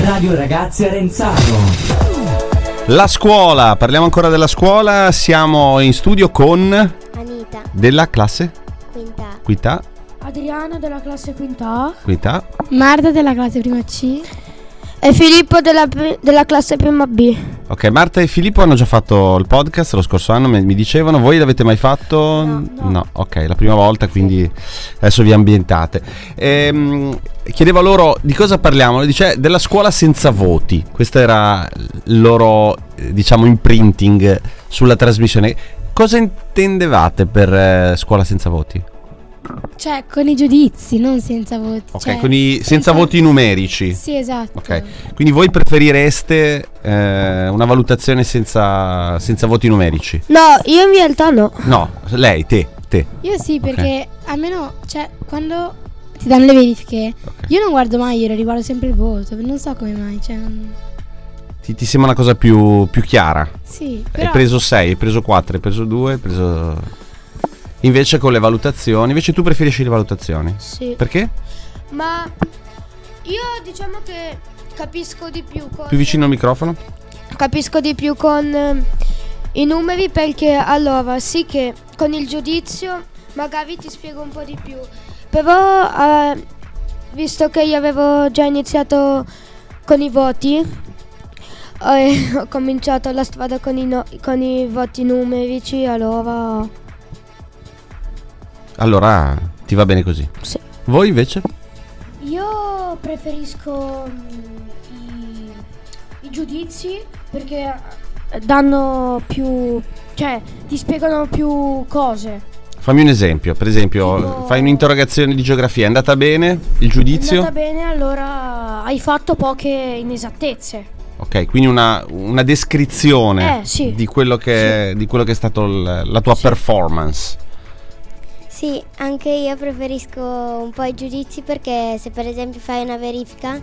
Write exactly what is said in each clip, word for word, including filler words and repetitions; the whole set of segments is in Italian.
Radio Ragazzi Arenzano. La scuola, parliamo ancora della scuola, siamo in studio con Anita della classe quinta, quinta, Adriano della classe quinta A, quinta, Marta della classe prima C e Filippo della, della classe prima B. Ok, Marta e Filippo hanno già fatto il podcast lo scorso anno, mi, mi dicevano. Voi l'avete mai fatto? No, no. no ok, la prima volta, quindi adesso vi ambientate. Ehm, chiedevo a loro di cosa parliamo, dice della scuola senza voti. Questo era il loro, eh, diciamo, imprinting sulla trasmissione. Cosa intendevate per eh, scuola senza voti? Cioè con i giudizi, non senza voti. Ok, cioè, con i senza voti numerici. Sì, esatto. Ok, quindi voi preferireste eh, una valutazione senza, senza voti numerici? No, io in realtà no. No, lei, te, te. Io sì, Ok. perché almeno, cioè, quando ti danno le verifiche, Ok. io non guardo mai, io riguardo sempre il voto, non so come mai, cioè, non- Ti, ti sembra una cosa più, più chiara? sì, però Hai preso sei, hai preso quattro, hai preso due, hai preso... Invece con le valutazioni, invece tu preferisci le valutazioni? Sì. Perché? Ma io diciamo che capisco di più con Più vicino al microfono? Capisco di più con eh, i numeri, perché allora sì che con il giudizio magari ti spiego un po' di più. Però eh, visto che io avevo già iniziato con i voti, eh, ho cominciato la strada con i, no- con i voti numerici, allora Allora ti va bene così. sì. Voi invece? io preferisco mm, i, i giudizi perché danno più, cioè, ti spiegano più cose. Fammi un esempio, per esempio, Tipo- fai un'interrogazione di geografia, è andata bene il È giudizio? andata bene, allora hai fatto poche inesattezze. Ok, quindi una, una descrizione Eh, sì. di, quello che, di quello che è stato il- la tua performance. Sì, anche io preferisco un po' i giudizi, perché se per esempio fai una verifica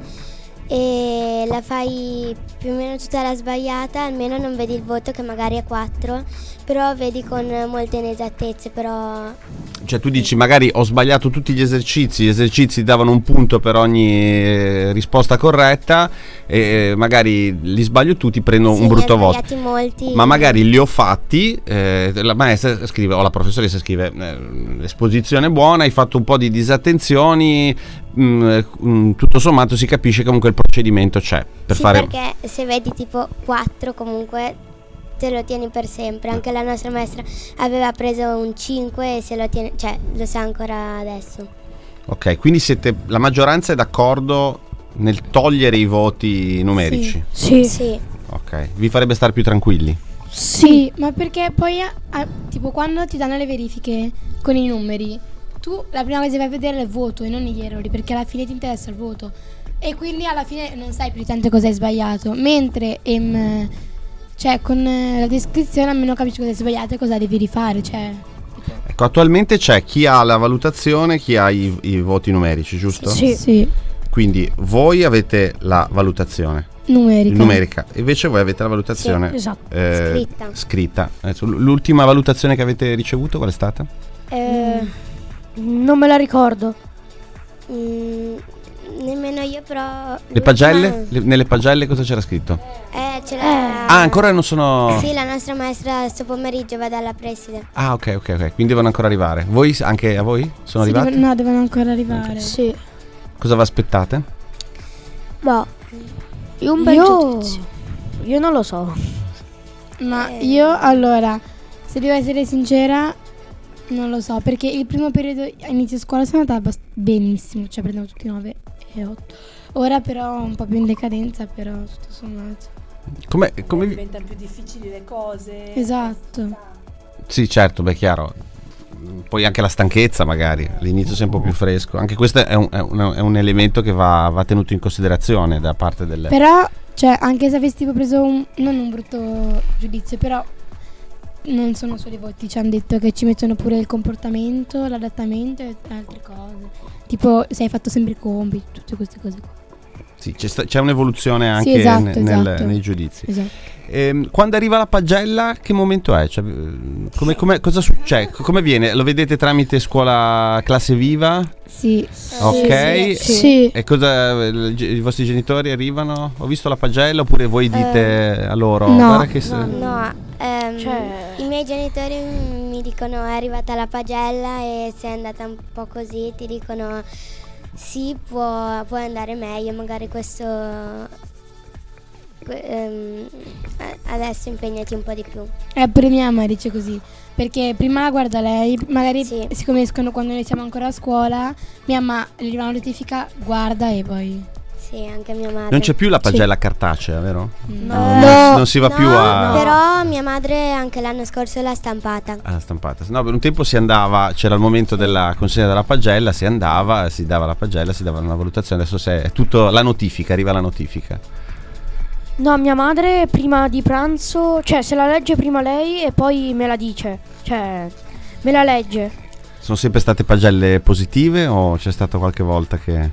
e la fai più o meno tutta la sbagliata, almeno non vedi il voto che magari è quattro, però vedi con molte inesattezze, però Cioè tu dici magari ho sbagliato tutti gli esercizi, gli esercizi davano un punto per ogni eh, risposta corretta e eh, magari li sbaglio tutti, prendo sì, un ne brutto ho voto. sbagliati molti. Ma magari li ho fatti, eh, la maestra scrive o la professoressa scrive eh, esposizione buona, hai fatto un po' di disattenzioni, mh, mh, tutto sommato si capisce che comunque il procedimento c'è per sì, fare... perché se vedi tipo quattro comunque te lo tieni per sempre. Anche la nostra maestra aveva preso un cinque e se lo tiene, cioè lo sa ancora adesso. Ok, quindi siete, la maggioranza è d'accordo nel togliere i voti numerici? Sì. Sì. Ok, vi farebbe stare più tranquilli? Sì, ma perché poi, ah, tipo, quando ti danno le verifiche con i numeri, tu la prima cosa che vai a vedere è il voto e non gli errori, perché alla fine ti interessa il voto. E quindi alla fine non sai più di tanto cosa hai sbagliato. Mentre, ehm, cioè, con eh, la descrizione almeno capisci cosa hai sbagliato e cosa devi rifare, cioè... Ecco, attualmente c'è chi ha la valutazione, chi ha i, i voti numerici, giusto? Sì. Sì, Quindi voi avete la valutazione numerica. numerica, invece voi avete la valutazione Sì, esatto. eh, Scritta. scritta. Adesso, l- l'ultima valutazione che avete ricevuto qual è stata? Eh, non me la ricordo. Mm, nemmeno io, però Le l'ultima- pagelle? Le- nelle pagelle cosa c'era scritto? Eh, c'era. Ah, ancora non sono... Sì, la nostra maestra sto pomeriggio va dalla preside. Ah, ok, ok, ok, quindi devono ancora arrivare. Voi, anche a voi? Sono Sì, arrivati? devono- no, devono ancora arrivare. Sì. Cosa vi aspettate? Ma io un bel Io- giudizio. Io non lo so. Ma Eh. io, allora, se devo essere sincera, non lo so, perché il primo periodo a inizio scuola sono andata abbast- benissimo, cioè prendevo tutti nove e otto. Ora però un po' più in decadenza, però tutto sommato. Come, come vi- Diventano più difficili le cose. Esatto. Sì, certo, beh, chiaro. Poi anche la stanchezza magari, l'inizio è un po' più fresco. Anche questo è un, è un- è un elemento che va, va tenuto in considerazione da parte delle... Però, cioè, anche se avessi tipo preso un, non un brutto giudizio, però non sono solo i voti, ci hanno detto che ci mettono pure il comportamento, l'adattamento e altre cose. Tipo se hai fatto sempre i compiti, tutte queste cose qua. Sì, c'è, sta- c'è un'evoluzione anche Sì, esatto, ne- nel- esatto. nei giudizi. Esatto. Ehm, quando arriva la pagella, che momento è? Cioè, eh, come, come- cosa succede? Come viene? Lo vedete tramite scuola classe viva? Sì. Ok. Sì. Sì. E cosa i, i vostri genitori arrivano? Ho visto la pagella oppure voi dite a loro? no. Guarda che se- No, ehm, Cioè- i miei genitori mi dicono è arrivata la pagella e se è andata un po' così ti dicono sì, può, può andare meglio, magari questo que- ehm, a- adesso impegnati un po' di più. Eh, pure mia mamma dice così. Perché prima la guarda lei, magari Sì. siccome escono quando noi siamo ancora a scuola, mia mamma gli arriva una notifica, guarda e poi... Sì, anche mia madre. Non c'è più la pagella cartacea, vero? No. Non, non si va No, più a... però mia madre anche l'anno scorso l'ha stampata. alla stampata. No, per un tempo si andava, c'era il momento della consegna della pagella, si andava, si dava la pagella, si dava una valutazione. Adesso se è tutto la notifica, arriva la notifica. No, mia madre prima di pranzo, cioè se la legge prima lei e poi me la dice, cioè me la legge. Sono sempre state pagelle positive o c'è stata qualche volta che...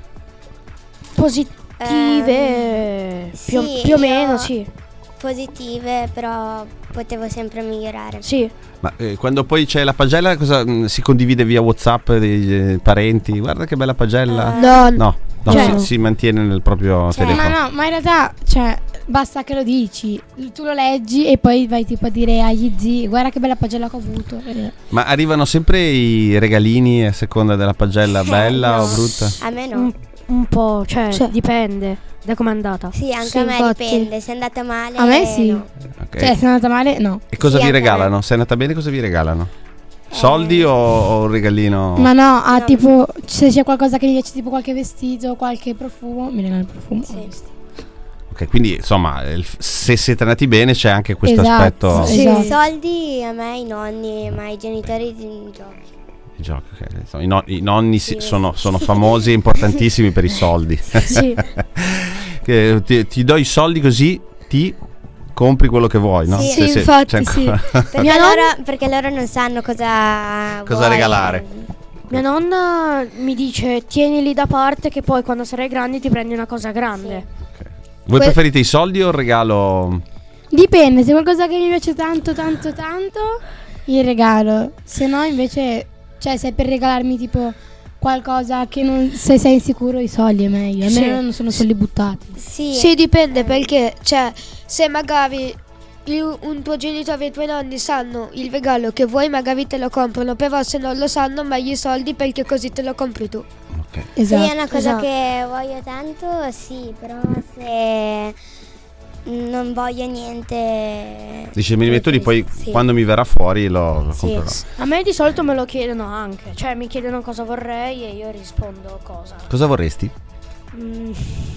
Positive, più, sì, più o io- meno, sì. Positive, però potevo sempre migliorare. Sì, Ma eh, quando poi c'è la pagella, cosa mh, si condivide via WhatsApp dei eh, parenti? Guarda che bella pagella. Eh, no, No, no, Cioè- si, si mantiene nel proprio Cioè- telefono. Ma no, ma in realtà, cioè, basta che lo dici, tu lo leggi e poi vai tipo a dire agli zii, guarda che bella pagella che ho avuto. Eh. Ma arrivano sempre i regalini a seconda della pagella bella no. o brutta? A me no. un, un po', cioè, Cioè- dipende da com'è andata. Sì, anche Sì, a me infatti. dipende. Se è andata male. A me sì. no. Ok. Cioè, se è andata male, no. E cosa Sì, vi anche a me. regalano? Se è andata bene, cosa vi regalano? Soldi o, o un regalino? Ma no, ah, No. tipo, se c'è qualcosa che mi piace, tipo qualche vestito, qualche profumo, mi regala il profumo. Sì. o il vestito. Ok, quindi insomma, il- se siete andati bene c'è anche questo Esatto, aspetto. sì. Sì, Esatto. i soldi a me i nonni, ma i genitori di giochi. I giochi, ok. Insomma, I, no- i nonni si- Sì. sono, sono famosi e importantissimi per i soldi. Sì, Che ti, ti do i soldi così ti compri quello che vuoi, no? Sì. Se- Sì, se- infatti, c'è sì. ancora- Perché, Mia loro, perché loro non sanno cosa Cosa vuoi. regalare. mia nonna mi dice tienili da parte che poi quando sarai grande ti prendi una cosa grande. Voi Que- preferite i soldi o il regalo? Dipende, se è qualcosa che mi piace tanto, tanto, tanto, il regalo. Se no, invece, cioè, se è per regalarmi tipo qualcosa che non, se sei insicuro, i soldi è meglio. Sì. Almeno non sono soldi buttati. Sì, Sì, dipende perché, cioè, se magari il- un tuo genitore e i tuoi nonni sanno il regalo che vuoi, magari te lo comprano, però se non lo sanno, meglio i soldi perché così te lo compri tu. Ok. se Esatto. è una cosa Esatto. che voglio tanto, sì, però se non voglio niente. Dice mi rimetto lì, poi Sì. quando mi verrà fuori lo, lo Sì. comprerò. A me di solito me lo chiedono anche, cioè mi chiedono cosa vorrei e io rispondo cosa. Cosa vorresti? Mm,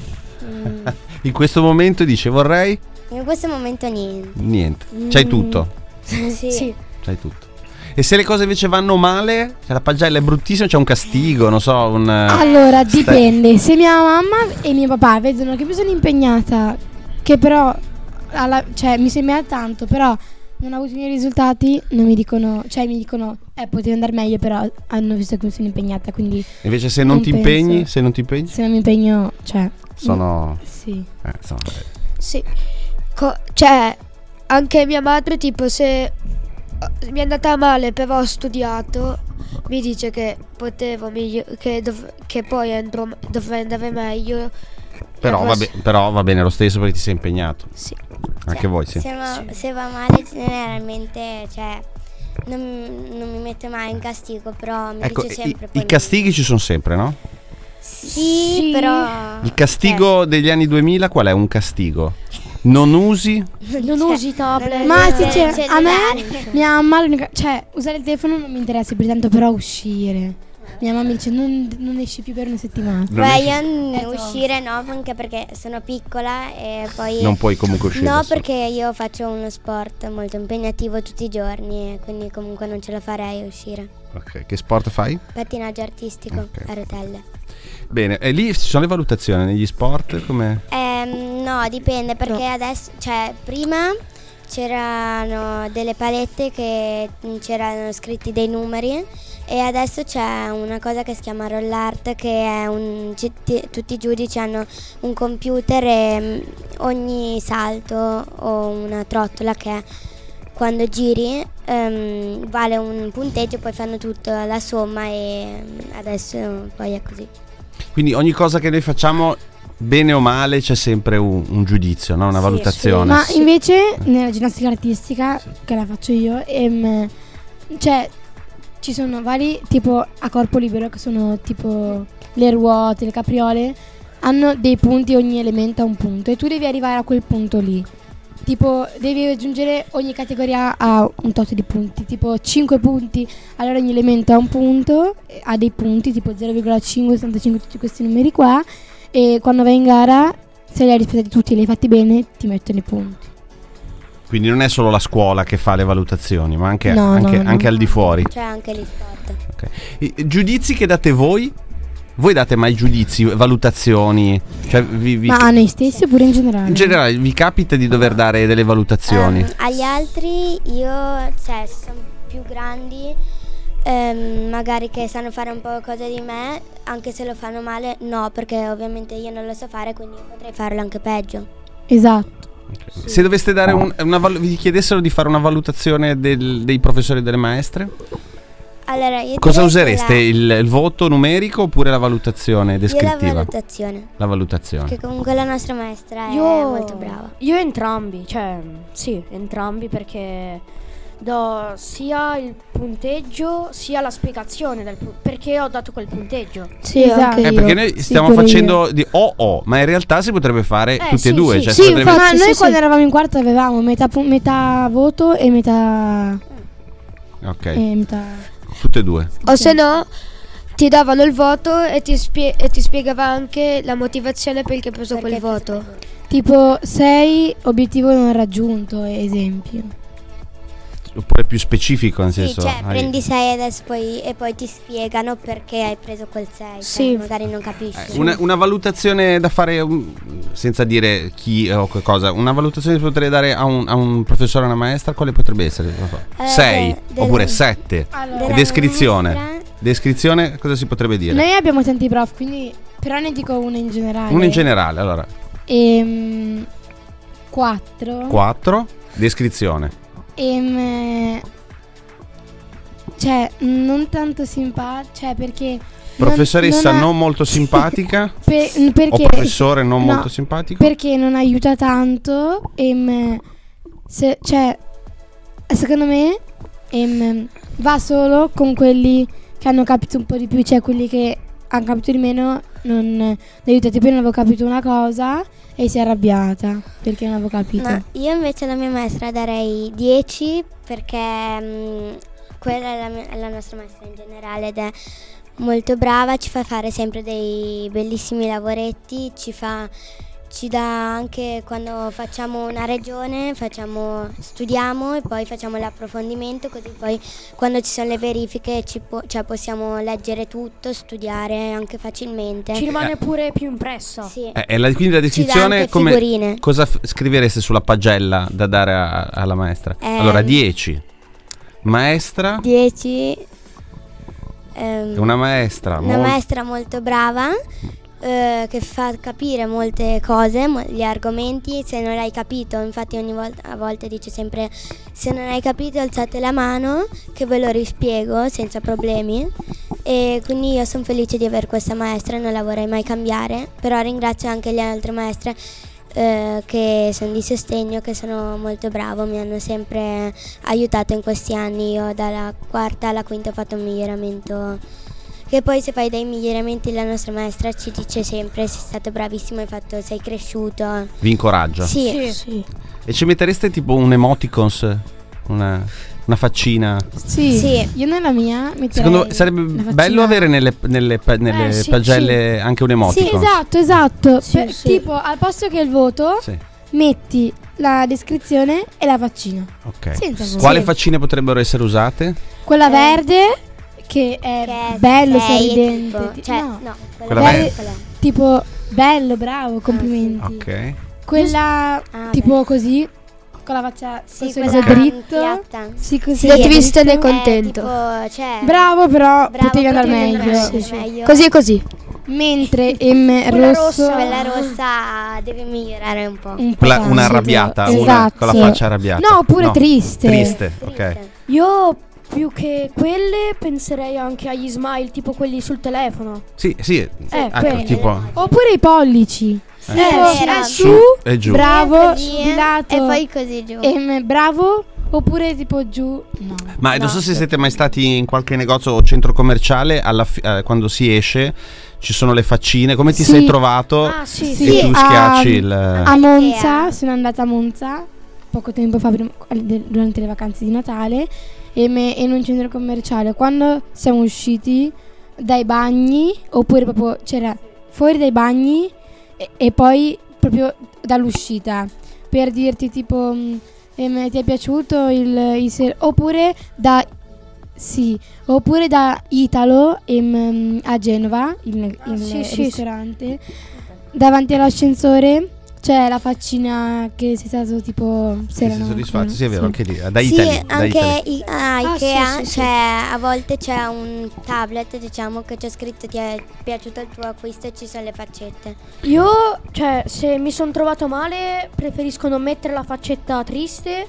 mm, In questo momento dice vorrei In questo momento niente. niente. C'hai Mm. tutto. Sì. sì. C'hai tutto. E se le cose invece vanno male, se la pagella è bruttissima, c'è un castigo, non so, un eh, Allora, ste- dipende. Se mia mamma e mio papà vedono che mi sono impegnata, che però, alla- cioè, mi sembra tanto, però non ho avuto i miei risultati, non mi dicono, cioè, mi dicono, eh, potevi andare meglio, però hanno visto che mi sono impegnata, quindi Invece se non, Non ti penso. impegni, se non ti impegni, se non mi impegno, cioè, sono sì. eh, sono- Sì. Co- cioè, anche mia madre, tipo, se uh, mi è andata male, però ho studiato, mi dice che potevo miglio- che, dov- che poi andrò, dovrei andare meglio. Però E va, adesso- be- però va bene lo stesso perché ti sei impegnato. Sì. Anche Cioè, voi, sì. Se va, se va male generalmente, cioè, non, non mi mette mai in castigo, però mi Ecco, dice i, sempre i poi castighi ci sono sempre, no? Sì, Sì. però Il castigo degli anni duemila qual è? Un castigo? Non usi? Non Cioè, usi tablet. Ma Eh, sì, cioè, cioè, a me, cellulari. mia mamma, l'unica- cioè, usare il telefono non mi interessa più di tanto, però uscire. Mia mamma mi dice, non, non esci più per una settimana. Non Beh, esci- io n- Eh, uscire no, anche perché sono piccola e poi Non puoi comunque uscire no, da sola. perché io faccio uno sport molto impegnativo tutti i giorni e quindi comunque non ce la farei a uscire. Ok, che sport fai? Pattinaggio artistico Ok. a rotelle. Bene, e lì ci sono le valutazioni negli sport? Come? Ehm, no, dipende perché adesso, cioè prima c'erano delle palette che mm, c'erano scritti dei numeri E adesso c'è una cosa che si chiama roll art, che è un, ci- ti- tutti i giudici hanno un computer e mm, ogni salto o una trottola che quando giri ehm, vale un punteggio, poi fanno tutta la somma e mm, adesso poi è così. Quindi ogni cosa che noi facciamo, bene o male, c'è sempre un, un giudizio, no? Una Sì, valutazione. Ma invece nella ginnastica artistica, che la faccio io, ehm, cioè ci sono vari tipo a corpo libero, che sono tipo le ruote, le capriole, hanno dei punti, ogni elemento ha un punto e tu devi arrivare a quel punto lì. Tipo devi raggiungere ogni categoria a un tot di punti, tipo cinque punti, allora ogni elemento ha un punto, eh, ha dei punti tipo zero virgola cinque, settantacinque, tutti questi numeri qua, e quando vai in gara, se li hai rispettati tutti e li hai fatti bene, ti mettono i punti. Quindi non è solo la scuola che fa le valutazioni, ma anche, No, anche, no, no. anche al di fuori. C'è anche gli sport. Ok. I- i giudizi che date voi? Voi date mai giudizi, valutazioni? Cioè vi, vi- Ma a noi stessi oppure in generale? in generale vi capita di dover dare delle valutazioni? Ehm, agli altri io, cioè, se sono più grandi, ehm, magari che sanno fare un po' cose di me, anche se lo fanno male, no, perché ovviamente io non lo so fare, quindi io potrei farlo anche peggio. Esatto. Se doveste dare un, una val- vi chiedessero di fare una valutazione del- dei professori e delle maestre, Allora, io cosa direi usereste? la- Il, il voto numerico oppure la valutazione Io la descrittiva? valutazione, La valutazione. che comunque la nostra maestra è Io, molto brava. io entrambi, cioè sì, entrambi perché do sia il punteggio sia la spiegazione del pu- perché ho dato quel punteggio. Sì, Esatto. anche Eh, io. perché noi Sì, stiamo pure facendo di o o, ma in realtà si potrebbe fare Eh, tutti sì, e due. sì, Cioè Sì, si potrebbe- ma noi sì, quando sì. eravamo in quarto avevamo metà, pu- metà voto e metà, Ok, e metà... tutte e due. O se no ti davano il voto e ti, spie- e ti spiegava anche la motivazione perché hai preso Perché quel hai preso voto. quel voto. Tipo sei obiettivo non raggiunto, esempio. Oppure più specifico, nel Sì, senso. cioè hai- prendi sei adesso poi, e poi ti spiegano perché hai preso quel sei, Sì. magari non capisci. Eh, Una, una valutazione da fare, um, senza dire chi o che cosa, una valutazione che potrei dare a un, a un professore o una maestra, quale potrebbe essere? Eh, sei della- oppure sette. Allora, Della Descrizione. maestra- Descrizione, cosa si potrebbe dire? noi abbiamo tanti prof, quindi però ne dico uno in generale. Uno in generale, allora. Ehm, quattro. quattro. Descrizione. Ehm, cioè, non tanto simpatica, cioè perché... non- Professoressa non, non ha- molto simpatica. pe- O perché, professore non no, molto simpatico. perché non aiuta tanto. Ehm, se, cioè, secondo me ehm, va solo con quelli che hanno capito un po' di più, cioè quelli che hanno capito di meno non ne aiuta. Tipo io non avevo capito una cosa e si è arrabbiata perché non avevo capito. No, io invece alla mia maestra darei dieci perché mh, quella è la, mia- è la nostra maestra in generale ed è molto brava, ci fa fare sempre dei bellissimi lavoretti, ci fa ci dà anche quando facciamo una regione, facciamo, studiamo e poi facciamo l'approfondimento, così poi quando ci sono le verifiche ci po- cioè possiamo leggere tutto, studiare anche facilmente. Ci rimane pure più impressa. Sì. Eh, e la- quindi la Ci dà descrizione anche come figurine. cosa f- scrivereste sulla pagella da dare a- alla maestra? Ehm. Allora dieci. Maestra, dieci. ehm, una maestra, Una mol- maestra molto brava eh, che fa capire molte cose, mo- gli argomenti, se non l'hai capito, infatti ogni volta a volte dice sempre se non hai capito alzate la mano che ve lo rispiego senza problemi e quindi io sono felice di avere questa maestra, non la vorrei mai cambiare, però ringrazio anche le altre maestre eh, che sono di sostegno, che sono molto bravo, mi hanno sempre aiutato in questi anni, io dalla quarta alla quinta ho fatto un miglioramento. Che poi se fai dei miglioramenti la nostra maestra ci dice sempre sei stato bravissimo, hai fatto, sei cresciuto. vi incoraggia. Sì, Sì. E ci mettereste tipo un emoticons, una, una faccina? Sì, Sì. io nella mia metterei Secondo sarebbe una faccina- bello avere nelle, nelle, pa- nelle Eh, sì, pagelle anche un Sì, emoticons. esatto, esatto. Sì, Per- sì. Tipo al posto che il voto Sì, metti la descrizione e la faccina. ok. Senza voto. Quali Sì. faccine potrebbero essere usate? Quella Eh. verde che è che è bello, sei, sorridente. tipo, ti- cioè, no, no, Quella quella verde. piccola. tipo bello, bravo, complimenti. Ok. Quella Ah, tipo così con la faccia Sì, col quella sorriso dritto. piatta. Sì, così. Sì, è triste ed è Eh, contento. tipo, cioè, Bravo, però bravo, potevi andare potevi meglio. andare Sì, sì. meglio. Così e così. Mentre M Quella rosso, rossa, quella rossa devi migliorare un po'. un po' Quella- tanto. una arrabbiata, Esatto. una con la faccia arrabbiata. No, oppure triste. Triste, ok. Triste. Io più che quelle penserei anche agli smile, tipo quelli sul telefono. Sì, sì. Eh, ecco, quelli. tipo Oppure i pollici. Sì, Tipo, è vero. su, Su e giù. bravo, Così, di lato e poi così giù. M bravo, oppure tipo giù. No. Ma non so se siete mai stati in qualche negozio o centro commerciale alla fi- eh, quando si esce ci sono le faccine. Come ti Sì. sei trovato? Ah, sì, E sì. Sì, tu a- schiacci il A Ikea. Monza, sono andata a Monza poco tempo fa, prima- de- durante le vacanze di Natale, e me- in un centro commerciale. Quando siamo usciti dai bagni, oppure proprio c'era fuori dai bagni e, e poi proprio dall'uscita, per dirti tipo mh, em, ti è piaciuto il, il ser- oppure da sì, oppure da Italo em, a Genova, il, il sì, sì, ristorante, davanti all'ascensore c'è la faccina che sei stato tipo Sì, se sei erano- soddisfatto? Sì, è vero, sì. anche lì. Da Sì, Italy, da anche Italy. i- a Ah, Ikea, sì, sì, sì. cioè, a volte c'è un tablet, diciamo, che c'è scritto ti è piaciuto il tuo acquisto e ci sono le faccette. Io, cioè, se mi sono trovato male, preferisco non mettere la faccetta triste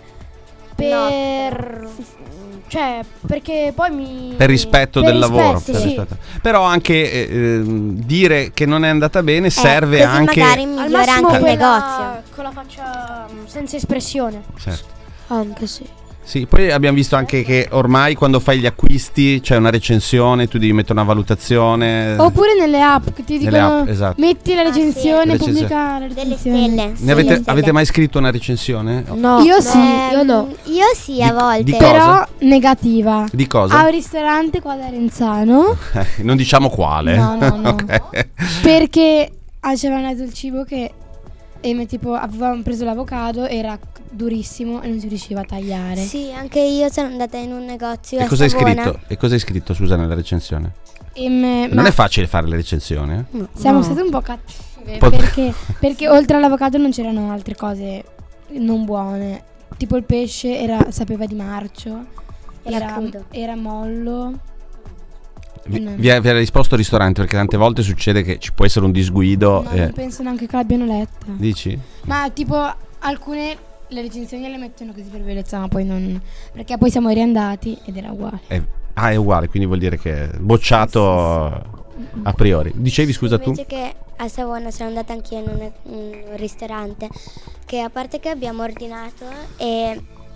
per... Cioè, perché poi mi... Per rispetto per del lavoro. rispetto, per sì. rispetto. Però anche eh, ehm, dire che non è andata bene serve Eh, così anche. magari Al migliora massimo anche il quella negozio. con la faccia mm, senza espressione. Certo. Anche sì. Sì, poi abbiamo visto anche che ormai quando fai gli acquisti c'è una recensione, tu devi mettere una valutazione. Oppure nelle app che ti Nelle dicono app, esatto. metti la Ah, sì. recensione, Recensione. pubblica la Delle recensione. stelle. Ne Sì, avete, le stelle. avete mai scritto una recensione? No. Io sì, io no. Ehm, Io sì, a Di- volte. di cosa? però negativa. Di A cosa? un ristorante qua da Renzano, Eh, non diciamo quale. No, no, no. Ok. perché c'aveva dato il cibo che e me, tipo avevamo preso l'avocado, era durissimo e non si riusciva a tagliare. Sì, anche io sono andata in un negozio E a cosa hai Savona. scritto? E cosa hai scritto, scusa, nella recensione? E me- Non ma è facile fare le recensioni, eh? siamo No. state un po' cattive Po- perché, perché oltre all'avocado non c'erano altre cose non buone. Tipo il pesce era, sapeva di marcio, Era era, crudo. era mollo. Vi, No. vi ha, vi ha risposto il ristorante, perché tante volte succede che ci può essere un disguido. No, eh. non penso neanche che l'abbiano letta. Dici? Ma tipo alcune le recensioni le mettono così per bellezza, ma poi non. Perché poi siamo riandati ed era uguale. È- ah, è uguale, quindi vuol dire che è bocciato a priori. Dicevi, scusa, tu? Invece che a Savona sono andata anch'io in un, un ristorante che, a parte che abbiamo ordinato e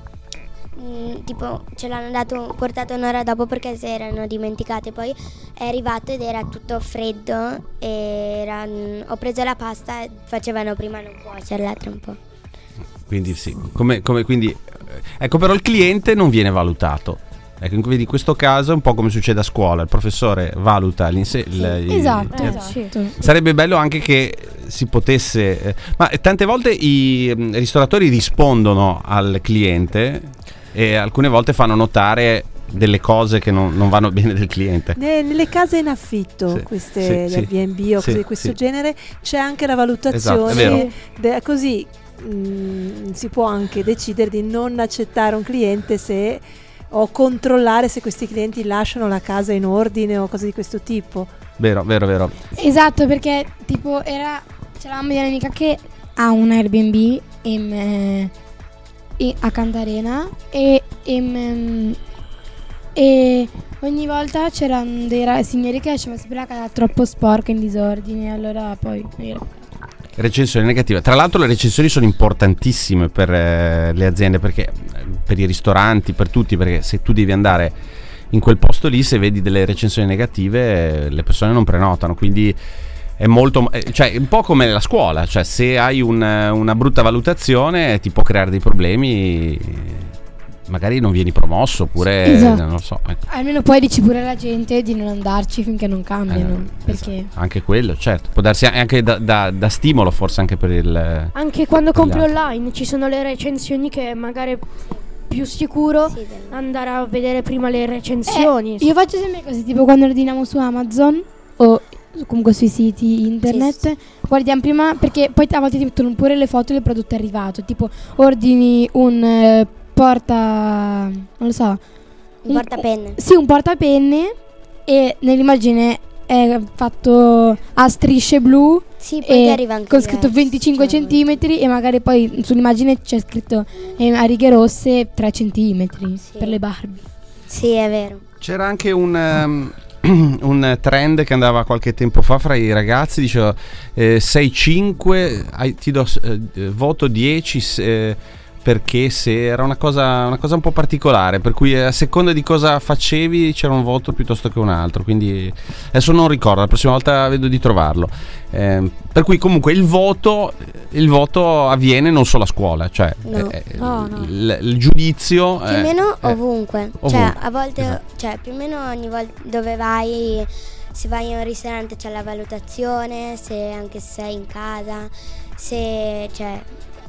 mm, tipo ce l'hanno dato, portato un'ora dopo perché si erano dimenticate, poi è arrivato ed era tutto freddo e era- mm, ho preso la pasta e facevano prima non cuocerla tra un po'. Quindi sì, come, come- quindi, eh, ecco, però il cliente non viene valutato. Ecco, in- quindi in questo caso è un po' come succede a scuola, il professore valuta l'inse- il- il- Esatto, il- esatto. Sarebbe bello anche che si potesse, eh, ma tante volte i mm, ristoratori rispondono al cliente e alcune volte fanno notare delle cose che non, non vanno bene del cliente. Ne- Nelle case in affitto, Sì, queste sì, del sì. B and B o Sì, cose di questo sì. genere, c'è anche la Esatto, valutazione, è vero. de- così mh, si può anche decidere di non accettare un cliente se o controllare se questi clienti lasciano la casa in ordine o cose di questo tipo. Vero, vero, vero. Esatto, perché tipo era. C'eravamo di un'amica che ha un Airbnb in, eh, in- a Cantarena e, in, e ogni volta c'erano dei ra- signori che lasciavano sempre la casa troppo sporca, in disordine, allora poi Recensioni negative. Tra l'altro le recensioni sono importantissime per eh, le aziende, perché eh, per i ristoranti, per tutti, perché se tu devi andare in quel posto lì, se vedi delle recensioni negative, eh, le persone non prenotano, quindi è molto, eh, cioè è un po' come la scuola, cioè se hai un, eh, una brutta valutazione ti può creare dei problemi, magari non vieni promosso oppure Esatto. non lo so, ecco. almeno poi dici pure alla gente di non andarci finché non cambiano, Eh, perché esatto. Anche quello, certo, può darsi anche da, da- da stimolo, forse anche per il Anche quando Per gli compri altri. online ci sono le recensioni che magari è più sicuro Sì, del- andare a vedere prima le recensioni. Eh, io faccio sempre così, tipo quando ordiniamo su Amazon o comunque sui siti internet, Sì, sì. guardiamo prima, perché poi a volte ti mettono pure le foto del prodotto arrivato, tipo ordini un eh, porta, non lo so, Un portapenne. sì, un portapenne, e nell'immagine è fatto a strisce blu Sì, poi ti e arriva anche con scritto diverso, venticinque cioè, centimetri, e magari poi sull'immagine c'è scritto eh, a righe rosse tre centimetri Sì. per le Barbie. Sì, è vero. C'era anche un, um, un trend che andava qualche tempo fa fra i ragazzi, diceva eh, sei cinque, hai- ti do eh, voto dieci, eh, perché se era una cosa, una cosa un po' particolare, per cui a seconda di cosa facevi c'era un voto piuttosto che un altro, quindi adesso non ricordo, la prossima volta vedo di trovarlo. Eh, per cui comunque il voto, il voto avviene non solo a scuola, cioè No. eh, No, no. Il, il giudizio Più o eh, meno eh, ovunque. ovunque. Cioè, a volte, Esatto. cioè, più o meno ogni volta dove vai, se vai in un ristorante c'è la valutazione, se anche se sei in casa, se, cioè,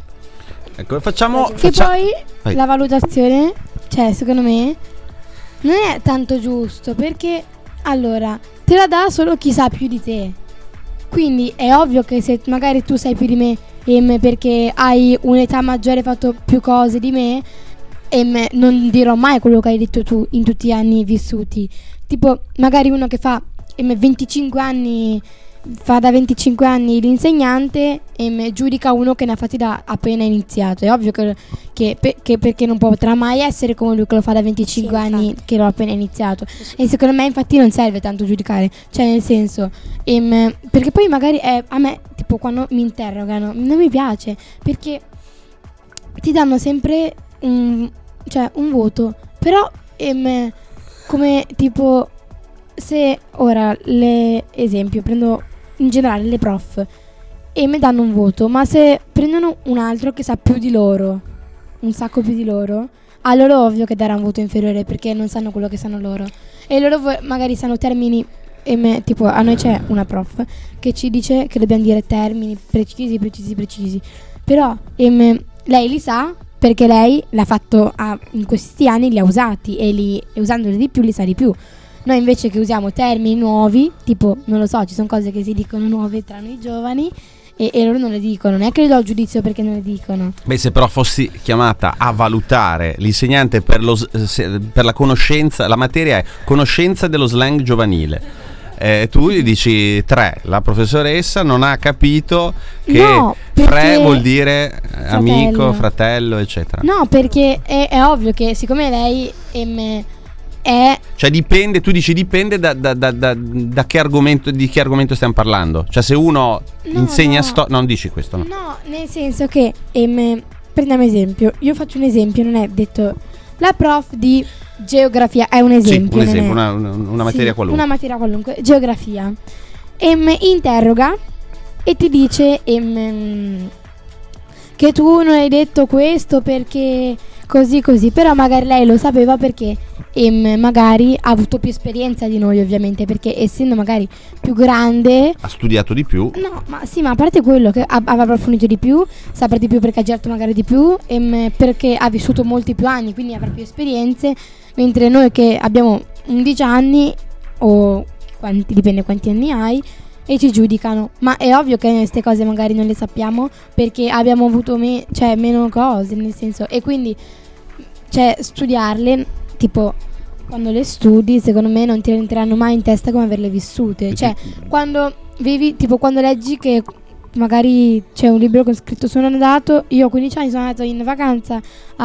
Ecco, facciamo, Che Che faccia- poi Vai. la valutazione, cioè secondo me, non è tanto giusto, perché allora te la dà solo chi sa più di te. Quindi è ovvio che se magari tu sai più di me, em, perché hai un'età maggiore, hai fatto più cose di me, em, non dirò mai quello che hai detto tu in tutti gli anni vissuti. Tipo magari uno che fa em, venticinque anni, fa da venticinque anni l'insegnante, e giudica uno che ne ha fatti da appena iniziato. È ovvio che, che, pe- che perché non potrà mai essere come lui che lo fa da venticinque Sì, anni, infatti. che l'ho appena iniziato. E secondo me infatti non serve tanto giudicare, cioè nel senso, ehm, perché poi magari è, a me tipo quando mi interrogano non mi piace, perché ti danno sempre un, cioè, un voto, però ehm, come tipo, se ora le esempio prendo in generale le prof e mi danno un voto, ma se prendono un altro che sa più di loro, un sacco più di loro, allora è ovvio che darà un voto inferiore, perché non sanno quello che sanno loro, e loro vo- magari sanno termini, e me- tipo a noi c'è una prof che ci dice che dobbiamo dire termini precisi, precisi, precisi, però ehm, lei li sa perché lei l'ha fatto a- in questi anni, li ha usati, e, li, e usandoli di più li sa di più. Noi invece che usiamo termini nuovi, tipo, non lo so, ci sono cose che si dicono nuove tra noi giovani, e, e loro non le dicono. Non è che le do il giudizio perché non le dicono. Beh, se però fossi chiamata a valutare l'insegnante per, lo, s- se- per la conoscenza, la materia è conoscenza dello slang giovanile. Eh, tu gli dici tre, la professoressa non ha capito che No, fre perché- vuol dire eh, Fratello. amico, fratello, eccetera. No, perché è, è ovvio che siccome lei ehm, è... Cioè dipende, tu dici dipende da, da, da, da, da che argomento, di che argomento stiamo parlando. Cioè se uno No, insegna no. storia, non dici questo, no? No, nel senso che ehm, prendiamo esempio. Io faccio un esempio, non è detto la prof di geografia, è un esempio. sì, un non esempio, è- una, una- una materia Sì, qualunque. Una materia qualunque, geografia. Ehm, interroga e ti dice ehm, che tu non hai detto questo perché così così, però magari lei lo sapeva perché ehm, magari ha avuto più esperienza di noi, ovviamente, perché essendo magari più grande. Ha studiato di più. No, ma sì, ma a parte quello che ha- avrà approfondito di più, saprà di più perché ha girato magari di più, ehm, perché ha vissuto molti più anni, quindi avrà più esperienze, mentre noi che abbiamo undici anni o quanti, dipende quanti anni hai, e ci giudicano. Ma è ovvio che queste cose magari non le sappiamo perché abbiamo avuto me- cioè, meno cose, nel senso, e quindi cioè studiarle, tipo quando le studi, secondo me non ti entreranno mai in testa come averle vissute. Cioè, quando vivi, tipo quando leggi che magari c'è un libro con scritto sono andato, io a quindici anni sono andato in vacanza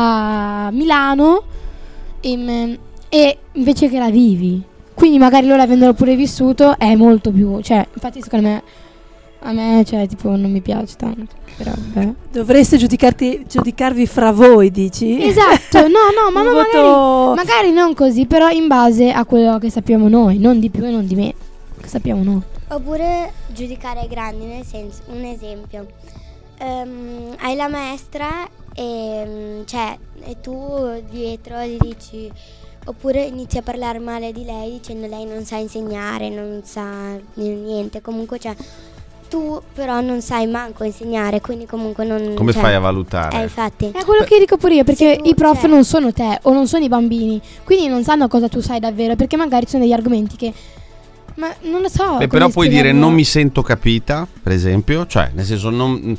a Milano, ehm, e invece che la vivi, quindi magari loro avendolo pure vissuto è molto più, cioè, infatti secondo me a me, cioè, tipo non mi piace tanto, però vabbè. Dovreste giudicarti, giudicarvi fra voi, dici? Esatto, no, no, ma Un non voto- magari, magari non così, però in base a quello che sappiamo noi, non di più e non di meno, che sappiamo noi. Oppure giudicare i grandi, nel senso, un esempio. Ehm, hai la maestra e, mm, cioè, e tu dietro gli dici, oppure inizi a parlare male di lei dicendo lei non sa insegnare, non sa niente, comunque, cioè, tu però non sai manco insegnare, quindi comunque non... Come cioè, fai a valutare? Eh, infatti. È quello che dico pure io, perché Se tu- i prof cioè- non sono te o non sono i bambini, quindi non sanno cosa tu sai davvero, perché magari ci sono degli argomenti che Ma non lo so. Beh, però puoi dire non mi sento capita, per esempio, cioè nel senso non,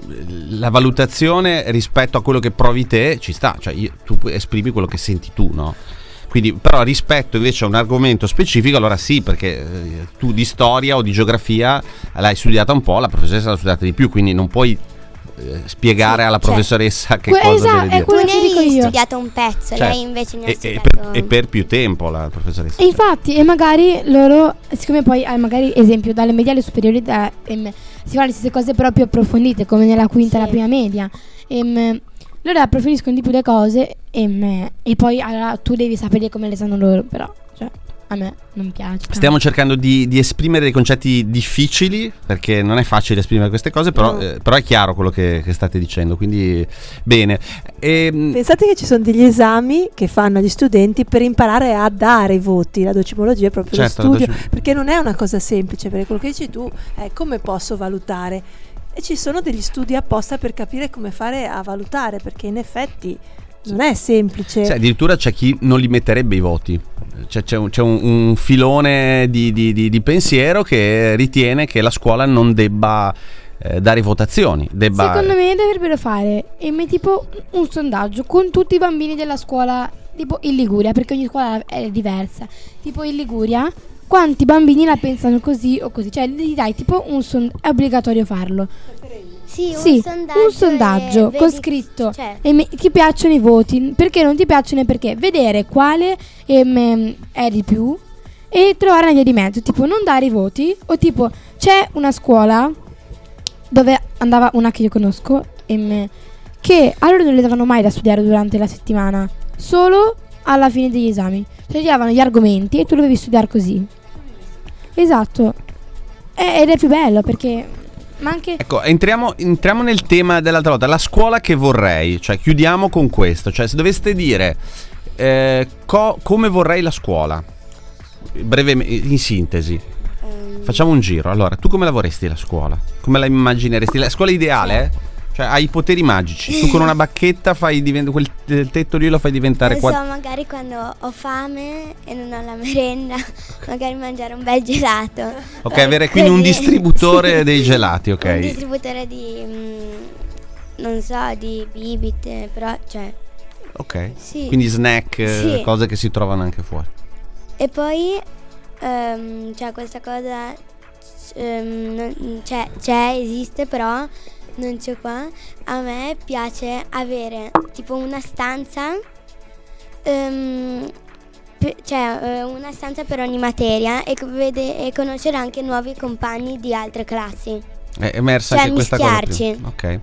la valutazione rispetto a quello che provi te ci sta, cioè io, tu esprimi quello che senti tu, no? Quindi però rispetto invece a un argomento specifico, allora sì, perché eh, tu di storia o di geografia l'hai studiata un po', la professoressa l'ha studiata di più, quindi non puoi eh, spiegare sì, alla professoressa cioè, che que- cosa esatto, deve dire. Tu ne hai studiato un pezzo, cioè, lei invece ne ha e, studiato... E per, e per più tempo la professoressa. E infatti, e magari loro, siccome poi hai magari esempio dalle medie alle superiori da, em, si fanno le stesse cose però più approfondite, come nella quinta e sì. la prima media. Em, loro approfondiscono di più le cose em, e poi allora tu devi sapere come le sanno loro, però cioè, a me non piace. Stiamo cercando di, di esprimere dei concetti difficili, perché non è facile esprimere queste cose, però, No. eh, però è chiaro quello che, che state dicendo, quindi bene. E, Pensate che ci sono degli esami che fanno agli studenti per imparare a dare i voti, la docimologia è proprio Certo, lo la studio, docim- perché non è una cosa semplice, perché quello che dici tu è come posso valutare, e ci sono degli studi apposta per capire come fare a valutare, perché in effetti non è semplice. Cioè, addirittura c'è chi non li metterebbe i voti. C'è, c'è, un, c'è un, un filone di, di, di, di pensiero che ritiene che la scuola non debba eh, dare votazioni. Debba... Secondo me dovrebbero fare em, tipo un sondaggio con tutti i bambini della scuola, tipo in Liguria, perché ogni scuola è diversa. Tipo in Liguria, quanti bambini la pensano così o così? Cioè gli dai tipo un sondaggio, è obbligatorio farlo. Sì, un Sì, sondaggio, un sondaggio e con vedi- scritto cioè, e me- ti piacciono i voti, perché non ti piacciono e perché, vedere quale em, è di più e trovare una via di mezzo, tipo non dare i voti, o tipo c'è una scuola dove andava una che io conosco em, che a loro non le davano mai da studiare durante la settimana, solo alla fine degli esami, cioè ti davano gli argomenti e tu dovevi studiare così. Esatto. E- ed è più bello perché ma anche Ecco, entriamo, entriamo nel tema dell'altra volta, la scuola che vorrei, cioè chiudiamo con questo, cioè se doveste dire eh, co- come vorrei la scuola, breve, in sintesi, facciamo un giro. Allora, tu come la vorresti la scuola? Come la immagineresti? La scuola ideale, eh? Cioè hai i poteri magici, tu con una bacchetta fai divent- quel t- tetto lì lo fai diventare non qua- so, magari quando ho fame e non ho la merenda, magari mangiare un bel gelato. Ok, avere quindi un Così. distributore dei gelati, ok. Un distributore di, mm, non so, di bibite, però, cioè, Ok, sì. quindi snack, eh, Sì. cose che si trovano anche fuori. E poi, ehm, cioè, questa cosa, ehm, non- c'è, c'è, esiste, però non c'è qua. A me piace avere tipo una stanza, ehm, pe- cioè eh, una stanza per ogni materia e, co- vede- e conoscere anche nuovi compagni di altre classi. È emersa Cioè, anche questa cosa mischiarci. prima. Ok.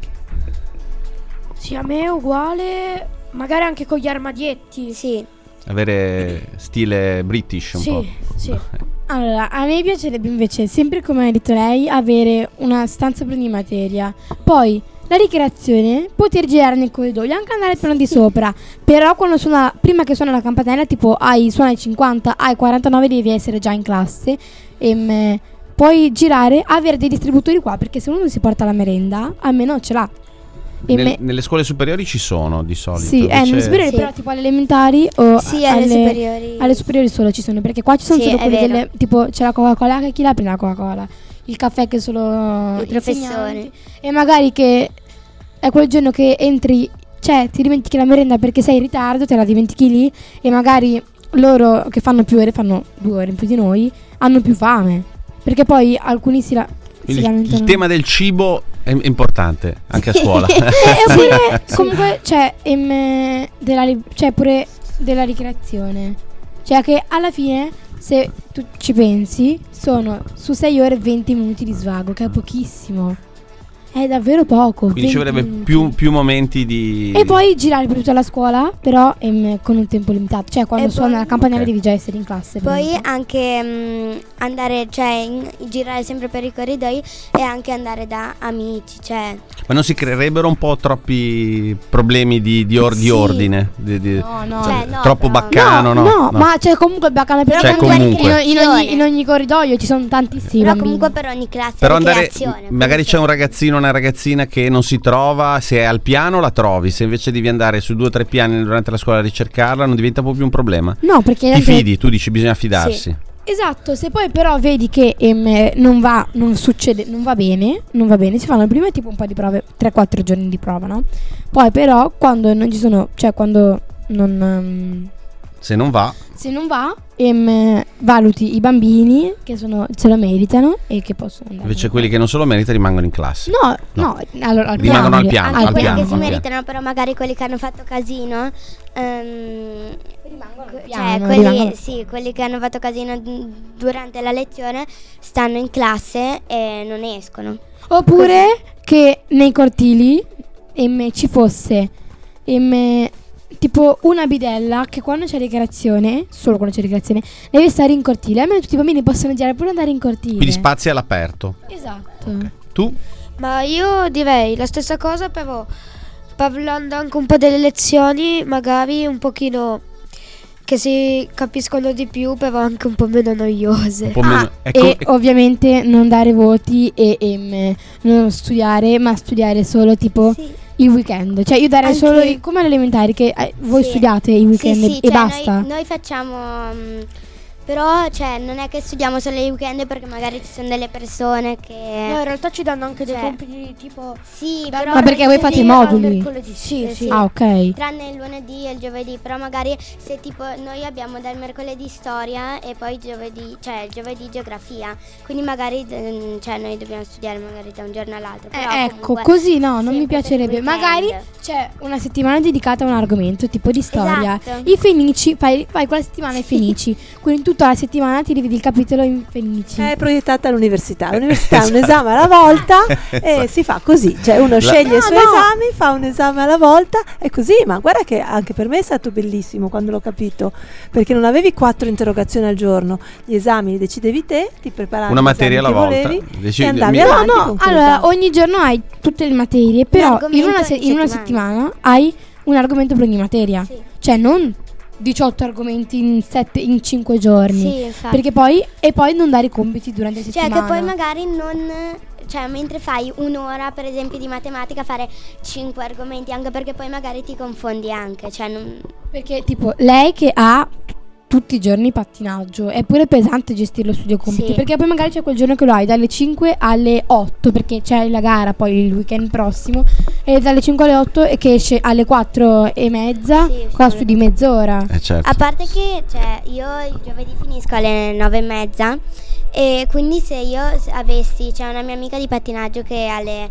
Sì, a me è uguale, magari anche con gli armadietti. Sì, Avere stile British un Sì, po'. sì. allora, a me piacerebbe invece, sempre come ha detto lei, avere una stanza per ogni materia. Poi la ricreazione, poter girare nel corridoio, anche andare al piano di sopra. Però quando suona, prima che suona la campanella, tipo hai suona ai cinquanta, hai quarantanove, devi essere già in classe. Ehm, puoi girare, avere dei distributori qua, perché se uno si porta la merenda, almeno ce l'ha. E Nel- me- nelle scuole superiori ci sono di solito. sì, eh, invece- nelle superiori, Sì. però tipo alle elementari o sì, alle, superiori. alle superiori solo ci sono, perché qua ci sono Sì, solo è quelli vero. delle, tipo c'è la Coca-Cola, che chi la prende la Coca-Cola, il caffè che solo I gli professori. insegnanti. E magari che è quel giorno che entri, cioè ti dimentichi la merenda perché sei in ritardo, te la dimentichi lì e magari loro che fanno più ore, fanno due ore in più di noi, hanno più fame, perché poi alcuni si, la, si Quindi il, lamentano. il tema del cibo è importante anche a scuola. E oppure comunque c'è ehm, della, ri- c'è pure della ricreazione. Cioè che alla fine, se tu ci pensi, sono su sei ore venti minuti di svago, che è pochissimo. È davvero poco. Quindi ci venti vorrebbe minuti. più, più momenti di... E poi girare per tutta la scuola, però ehm, con un tempo limitato. Cioè quando E suona poi- la campanella Ok. devi già essere in classe. per Poi un po'. anche mm, andare, cioè in- girare sempre per i corridoi e anche andare da amici, cioè Ma non si creerebbero un po' troppi problemi di, di, or- di Sì. ordine? Di- di- No, no. Cioè, no, troppo però- baccano, no? no, ma c'è comunque il baccano per C'è comunque comunque. In, in ogni, Ricreazione. in ogni corridoio ci sono tantissimi però bambini. comunque per ogni classe Però andare, ricreazione, magari appunto. c'è un ragazzino o una ragazzina che non si trova, se è al piano la trovi, se invece devi andare su due o tre piani durante la scuola a ricercarla non diventa un po' più un problema. No, perché Ti anche- fidi, tu dici bisogna fidarsi. Esatto, se poi però vedi che ehm, non va, non succede, non va bene, non va bene, si fanno prima tipo un po' di prove, tre quattro giorni di prova, no? Poi però quando non ci sono, cioè quando non um, Se non va, se non va, ehm, valuti i bambini che sono, se lo meritano e che possono andare. invece quelli che non se lo meritano rimangono in classe. No, no, allora al Rimangono al piano. piano, Anche al quelli piano, che si al piano. meritano, però magari quelli che hanno fatto casino, ehm, Rimangono al que- piano, cioè quelli, rimangono- sì, quelli che hanno fatto casino d- durante la lezione stanno in classe e non escono. Oppure che nei cortili ehm, ci fosse ehm, tipo una bidella che quando c'è ricreazione, solo quando c'è ricreazione, deve stare in cortile. Almeno tutti i bambini possono girare pure andare in cortile. Quindi spazi all'aperto. Esatto. Tu? Ma io direi la stessa cosa, però parlando anche un po' delle lezioni, magari un pochino che si capiscono di più, però anche un po' meno noiose. Un po' Ah, meno- ecco, e ovviamente non dare voti e ehm, non studiare, ma studiare solo tipo Sì. il weekend. Cioè io darei Anche- solo i- come alle elementari che eh, voi Sì. studiate il weekend Sì, sì, e cioè basta. Noi, noi facciamo, mm, però cioè non è che studiamo solo i weekend perché magari ci sono delle persone che... No, in realtà ci danno anche dei Cioè- compiti tipo Sì, dal però... Ma perché voi fate i sì, moduli? mercoledì. Sì, Eh, sì. sì. Ah, ok. Tranne il lunedì e il giovedì, però magari se tipo noi abbiamo dal mercoledì storia e poi giovedì, cioè il giovedì geografia, quindi magari mm, cioè noi dobbiamo studiare magari da un giorno all'altro. Però Eh, ecco, comunque così no, non sempre mi piacerebbe. per il Magari weekend. c'è una settimana dedicata a un argomento, tipo di storia. Esatto. I Fenici, fai, fai quella settimana i Fenici. Quindi tutta la settimana ti rivedi il capitolo in Fenici. È proiettata all'università. L'università ha un Esatto. esame alla volta e Esatto. si fa così. Cioè uno La- sceglie No, i suoi no. esami, fa un esame alla volta e così. Ma guarda che anche per me è stato bellissimo quando l'ho capito, perché non avevi quattro interrogazioni al giorno. Gli esami li decidevi te, ti preparavi Una gli materia esami alla che volta. volevi Decidi- e andavi mi- No, avanti no, con allora quell'esame. ogni giorno hai tutte le materie, però in argomento una, se- ogni in una settimana. settimana hai un argomento per ogni materia. Sì. Cioè non diciotto argomenti in sette in cinque giorni. Sì, infatti. Perché poi e poi non dare i compiti durante la Cioè settimana. che poi magari non... Cioè mentre fai un'ora per esempio di matematica fare cinque argomenti, anche perché poi magari ti confondi anche, cioè non... Perché tipo lei che ha t- tutti i giorni pattinaggio è pure pesante gestire lo studio compiti, Sì. perché poi magari c'è quel giorno che lo hai dalle cinque alle otto perché c'è la gara poi il weekend prossimo, e dalle cinque alle otto e che esce alle quattro e mezza, Sì, qua sì. studi mezz'ora. Eh, certo. A parte che cioè, io il giovedì finisco alle nove e mezza e quindi se io s- avessi, c'è una mia amica di pattinaggio che, alle,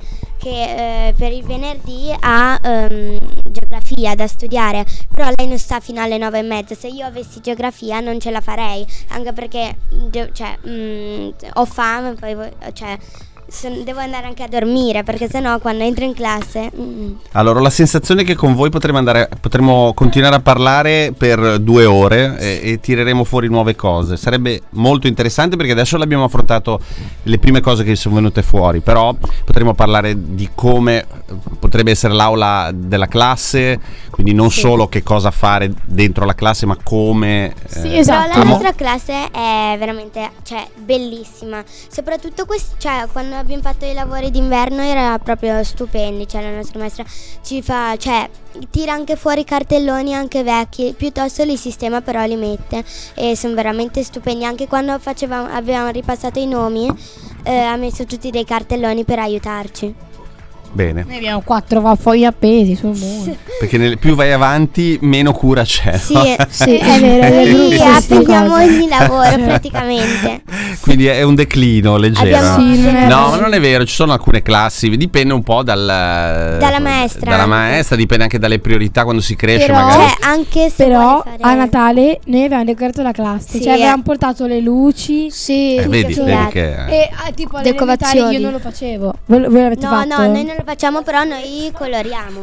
che eh, per il venerdì ha ehm, geografia da studiare, però lei non sta fino alle nove e mezza. Se io avessi geografia non ce la farei, anche perché de- cioè, mm, ho fame, poi vo- cioè, se- devo andare anche a dormire perché sennò quando entro in classe... mm, Allora, ho la sensazione che con voi potremo andare, potremo continuare a parlare per due ore e, e tireremo fuori nuove cose. Sarebbe molto interessante perché adesso l'abbiamo affrontato le prime cose che sono venute fuori, però potremo parlare di come potrebbe essere l'aula della classe, quindi non solo che cosa fare dentro la classe, ma come... Sì, eh, esatto. Però la amo- nostra classe è veramente, cioè, bellissima. Soprattutto quest- cioè, quando abbiamo fatto i lavori d'inverno era proprio stupendi. Cioè, la nostra maestra ci fa, cioè, tira anche fuori cartelloni anche vecchi, piuttosto li sistema però li mette e sono veramente stupendi. Anche quando facevamo, avevamo ripassato i nomi, eh, ha messo tutti dei cartelloni per aiutarci. Bene, Noi abbiamo quattro fogli appesi sul muro. perché nel- più vai avanti meno cura c'è. Sì, no? sì, è vero, è Lì brutta questa appeniamo cosa. ogni lavoro Cioè. praticamente. Quindi è un declino leggero. Abbiamo- Sì, non è No, vero. ma non è vero, ci sono alcune classi, dipende un po' dal, Dalla maestra Dalla anche. maestra, dipende anche dalle priorità quando si cresce Però- magari. Cioè, anche se Però vuole fare... a Natale noi abbiamo decorato la classe, Sì, cioè avevamo eh. portato le luci. Sì, Eh, vedi, sì, vedi sì. che E ah, tipo alle Decorazioni. elementari io non lo facevo. Voi, voi l'avete No, fatto? no, noi non lo facciamo, però noi coloriamo.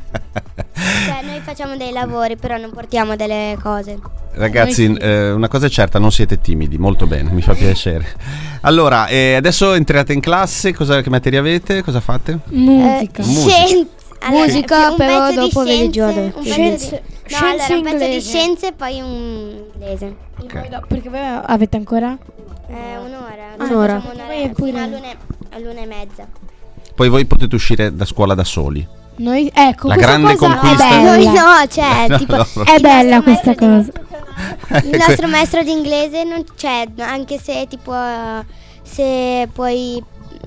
Cioè, noi facciamo dei lavori, però non portiamo delle cose. Ragazzi, Noi sì. eh, una cosa è certa, non siete timidi, molto bene, mi fa piacere. Allora, eh, adesso entrate in classe, cosa, che materia avete? Cosa fate? Musica. Eh, Musica. scien- allora, Musica, un però pezzo di dopo scienze, religione. un pezzo Scienze- di... No, scienze allora, un pezzo di inglese. scienze e poi un inglese. E Ok. poi dopo- perché voi avete ancora? Eh, un'ora. Ah, Noi un'ora. facciamo Poi è pure- fino all'una, all'una e mezza. Poi voi potete uscire da scuola da soli. Noi, ecco, La questa grande cosa conquista- è bella. Noi no, cioè, No, tipo... no, È bella il nostro questa maestro cosa. dice- Il nostro maestro di inglese non c'è, anche se tipo se puoi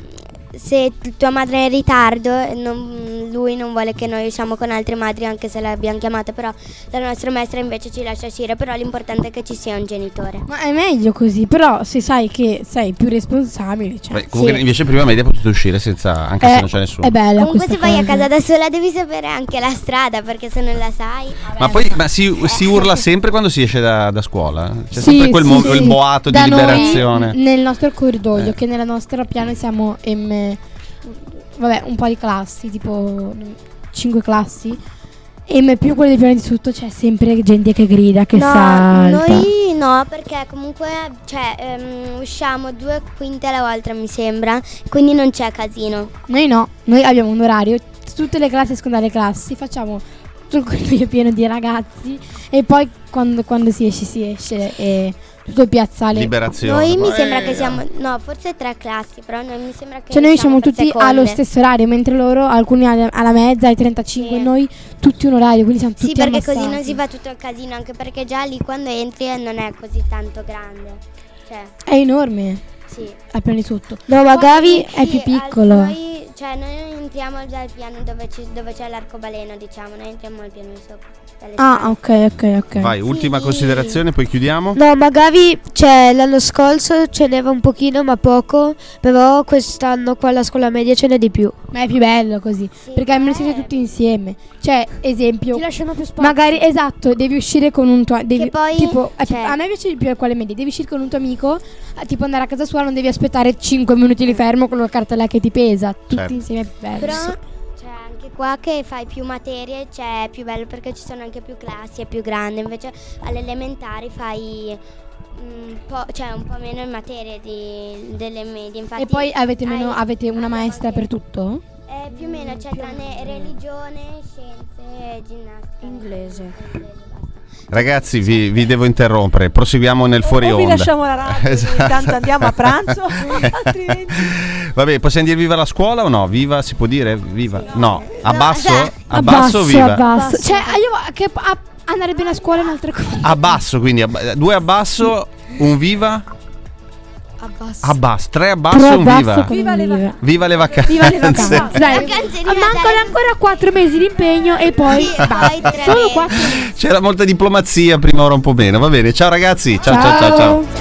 se tua madre è in ritardo, non, lui non vuole che noi usciamo con altre madri anche se l'abbiamo chiamata, però la nostra maestra invece ci lascia uscire, però l'importante è che ci sia un genitore. Ma è meglio così, però se sai che sei più responsabile, cioè. Beh, comunque Sì. invece prima media potete uscire senza, anche È, se non c'è nessuno. è bella Comunque questa se vai a cosa. casa da sola devi sapere anche la strada, perché se non la sai. Ma poi ma si, si urla sempre quando si esce da, da scuola? C'è Sì, sempre quel, sì, mo- sì. quel boato Da di noi, liberazione. n- nel nostro corridoio, Eh. che nella nostra piana siamo M, vabbè, un po' di classi, tipo cinque classi. M più quelle dei piani di sotto c'è sempre gente che grida, che No, salta. noi no, perché comunque cioè, ehm, usciamo due quinte alla volta mi sembra, quindi non c'è casino. Noi no, noi abbiamo un orario, tutte le classi escono dalle classi, facciamo tutto il corridoio pieno di ragazzi e poi quando, quando si esce si esce e tutto il piazzale. Liberazione. Noi mi Ma sembra è- che siamo, no, forse tre classi, però noi mi sembra che Cioè noi siamo siamo per tutti seconde. allo stesso orario, mentre loro alcuni alle- alla mezza, ai trentacinque, Sì. noi tutti un orario, quindi siamo tutti Sì, perché ammassati. così non si fa tutto il casino, anche perché già lì quando entri eh, non è così tanto grande. Cioè, È enorme, sì. al piano di sotto. No, magari Poi, è sì, più al- piccolo. Noi, cioè, noi non entriamo dal piano dove, ci- dove c'è l'arcobaleno, diciamo, noi entriamo al piano di sopra. dalle Ah, scale. ok, ok, ok. Vai, ultima Sì. considerazione, poi chiudiamo. No, magari cioè, l'anno scorso ce n'era un pochino, ma poco. Però quest'anno qua alla scuola media ce n'è di più. Ma è più bello così, Sì, perché almeno siete eh. tutti insieme. Cioè, esempio, Ti lasciano più spazio. magari esatto, devi uscire con un tuo devi, Che poi, tipo eh, cioè- a me piace di più quale media, devi uscire con un tuo amico, eh, tipo andare a casa sua, non devi aspettare cinque minuti di fermo con la cartella che ti pesa, tutti Certo. insieme è più bello. Però cioè, anche qua che fai più materie, cioè, è più bello perché ci sono anche più classi, è più grande, invece alle elementari fai un po', cioè, un po' meno in materie di, delle medie. Infatti, E poi avete meno hai- avete una hai maestra per materie- tutto? Eh, più o meno, c'è tranne religione, scienze e ginnastica. Inglese. Inglese, basta. Ragazzi, vi, vi devo interrompere. Proseguiamo nel fuori o vi onda. lasciamo la radio, Esatto. intanto andiamo a pranzo, altrimenti... Vabbè, possiamo dire viva la scuola o no? Viva, si può dire? Viva? No, abbasso? No, Abbasso o viva? abbasso. Cioè, io che a- andare bene a scuola è un'altra cosa. Abbasso, quindi abba- due abbasso, un viva? Abbasso. Abbasso, tre abbasso, Però un abbasso viva. con Viva un le viva. vacanze. Viva le vacanze. Viva le vacanze. Dai, Vacanze di mancano Natale. ancora quattro mesi di impegno e poi Sì, e basta. poi tre Solo mesi. quattro mesi. C'era molta diplomazia, prima ora un po' meno. Va bene, ciao ragazzi. Ciao ciao ciao ciao. Ciao.